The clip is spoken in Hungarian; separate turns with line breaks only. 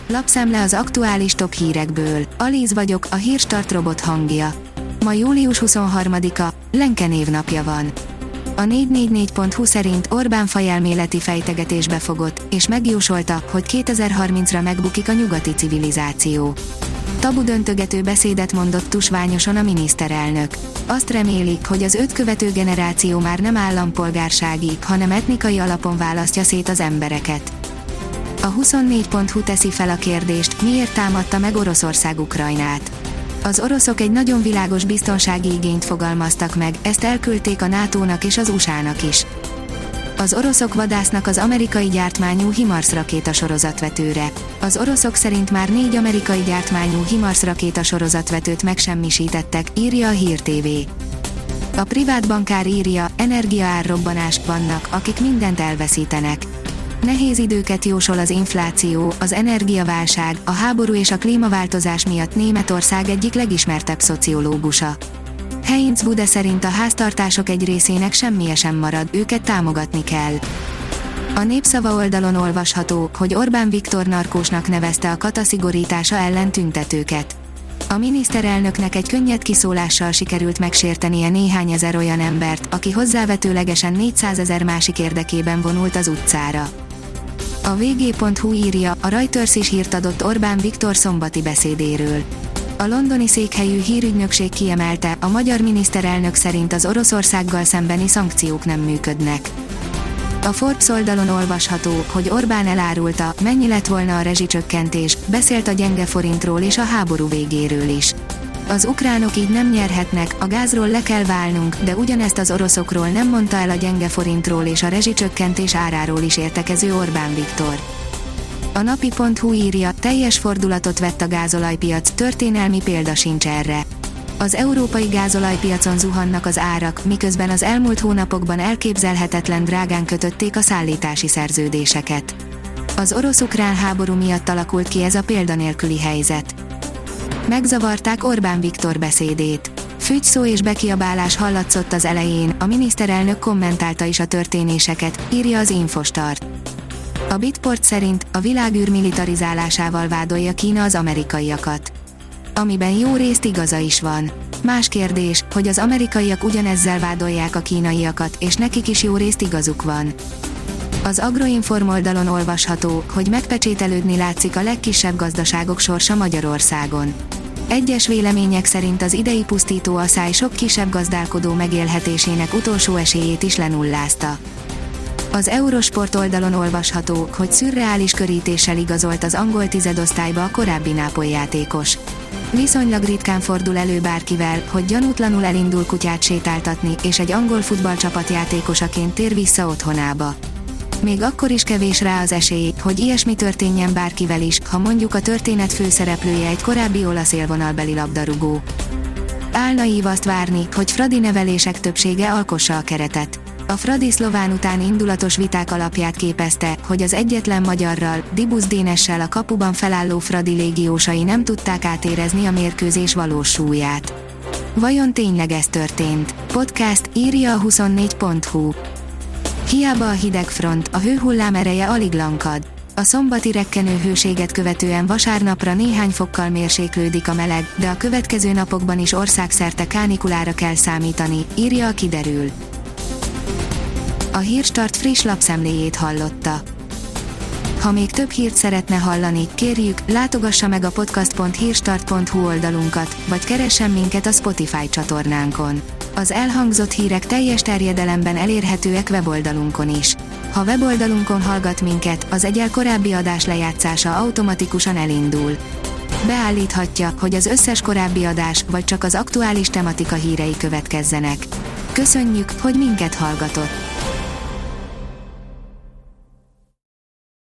Lapszemle az aktuális top hírekből. Alíz vagyok, a Hírstart robot hangja. Ma július 23-a, Lenke névnapja van. A 444.hu szerint Orbán fajelméleti fejtegetésbe fogott, és megjósolta, hogy 2030-ra megbukik a nyugati civilizáció. Tabu-döntögető beszédet mondott tusványosan a miniszterelnök. Azt remélik, hogy az őt követő generáció már nem állampolgársági, hanem etnikai alapon választja szét az embereket. A 24.hu teszi fel a kérdést, miért támadta meg Oroszország Ukrajnát. Az oroszok egy nagyon világos biztonsági igényt fogalmaztak meg, ezt elküldték a NATO-nak és az USA-nak is. Az oroszok vadásznak az amerikai gyártmányú HIMARS rakétasorozatvetőre. Az oroszok szerint már 4 amerikai gyártmányú HIMARS rakétasorozatvetőt megsemmisítettek, írja a Hír TV. A privát bankár írja, energiaárrobbanás, vannak, akik mindent elveszítenek. Nehéz időket jósol az infláció, az energiaválság, a háború és a klímaváltozás miatt Németország egyik legismertebb szociológusa. Heinz Bude szerint a háztartások egy részének semmije sem marad, őket támogatni kell. A Népszava oldalon olvasható, hogy Orbán Viktor narkósnak nevezte a kata szigorítása ellen tüntetőket. A miniszterelnöknek egy könnyed kiszólással sikerült megsértenie néhány ezer olyan embert, aki hozzávetőlegesen 400 000 másik érdekében vonult az utcára. A vg.hu írja, a Reuters is hírt adott Orbán Viktor szombati beszédéről. A londoni székhelyű hírügynökség kiemelte, a magyar miniszterelnök szerint az Oroszországgal szembeni szankciók nem működnek. A Forbes oldalon olvasható, hogy Orbán elárulta, mennyi lett volna a rezsicsökkentés, beszélt a gyenge forintról és a háború végéről is. Az ukránok így nem nyerhetnek, a gázról le kell válnunk, de ugyanezt az oroszokról nem mondta el a gyenge forintról és a rezsicsökkentés áráról is értekező Orbán Viktor. A napi.hu írja, teljes fordulatot vett a gázolajpiac, történelmi példa sincs erre. Az európai gázolajpiacon zuhannak az árak, miközben az elmúlt hónapokban elképzelhetetlen drágán kötötték a szállítási szerződéseket. Az orosz-ukrán háború miatt alakult ki ez a példanélküli helyzet. Megzavarták Orbán Viktor beszédét. Fügyszó és bekiabálás hallatszott az elején, a miniszterelnök kommentálta is a történéseket, írja az Infostart. A Bitport szerint a világűr militarizálásával vádolja Kína az amerikaiakat. Amiben jó részt igaza is van. Más kérdés, hogy az amerikaiak ugyanezzel vádolják a kínaiakat, és nekik is jó részt igazuk van. Az Agroinform oldalon olvasható, hogy megpecsételődni látszik a legkisebb gazdaságok sorsa Magyarországon. Egyes vélemények szerint az idei pusztító aszály sok kisebb gazdálkodó megélhetésének utolsó esélyét is lenullázta. Az Eurosport oldalon olvasható, hogy szürreális körítéssel igazolt az angol tizedosztályba a korábbi Nápoly játékos. Viszonylag ritkán fordul elő bárkivel, hogy gyanútlanul elindul kutyát sétáltatni, és egy angol futballcsapat játékosaként tér vissza otthonába. Még akkor is kevés rá az esély, hogy ilyesmi történjen bárkivel is, ha mondjuk a történet főszereplője egy korábbi olasz élvonalbeli labdarúgó. Álnaív azt várni, hogy fradi nevelések többsége alkossa a keretet. A fradi szlován után indulatos viták alapját képezte, hogy az egyetlen magyarral, Dibusz Dénessel a kapuban felálló fradi légiósai nem tudták átérezni a mérkőzés valós súlyát. Vajon tényleg ez történt? Podcast, írja a 24.hu. Hiába a hideg front, a hőhullám ereje alig lankad. A szombati rekkenő hőséget követően vasárnapra néhány fokkal mérséklődik a meleg, de a következő napokban is országszerte kánikulára kell számítani, írja a Kiderül. A Hírstart friss lapszemléjét hallotta. Ha még több hírt szeretne hallani, kérjük, látogassa meg a podcast.hírstart.hu oldalunkat, vagy keressen minket a Spotify csatornánkon. Az elhangzott hírek teljes terjedelemben elérhetőek weboldalunkon is. Ha weboldalunkon hallgat minket, az egyel korábbi adás lejátszása automatikusan elindul. Beállíthatja, hogy az összes korábbi adás, vagy csak az aktuális tematika hírei következzenek. Köszönjük, hogy minket hallgatott!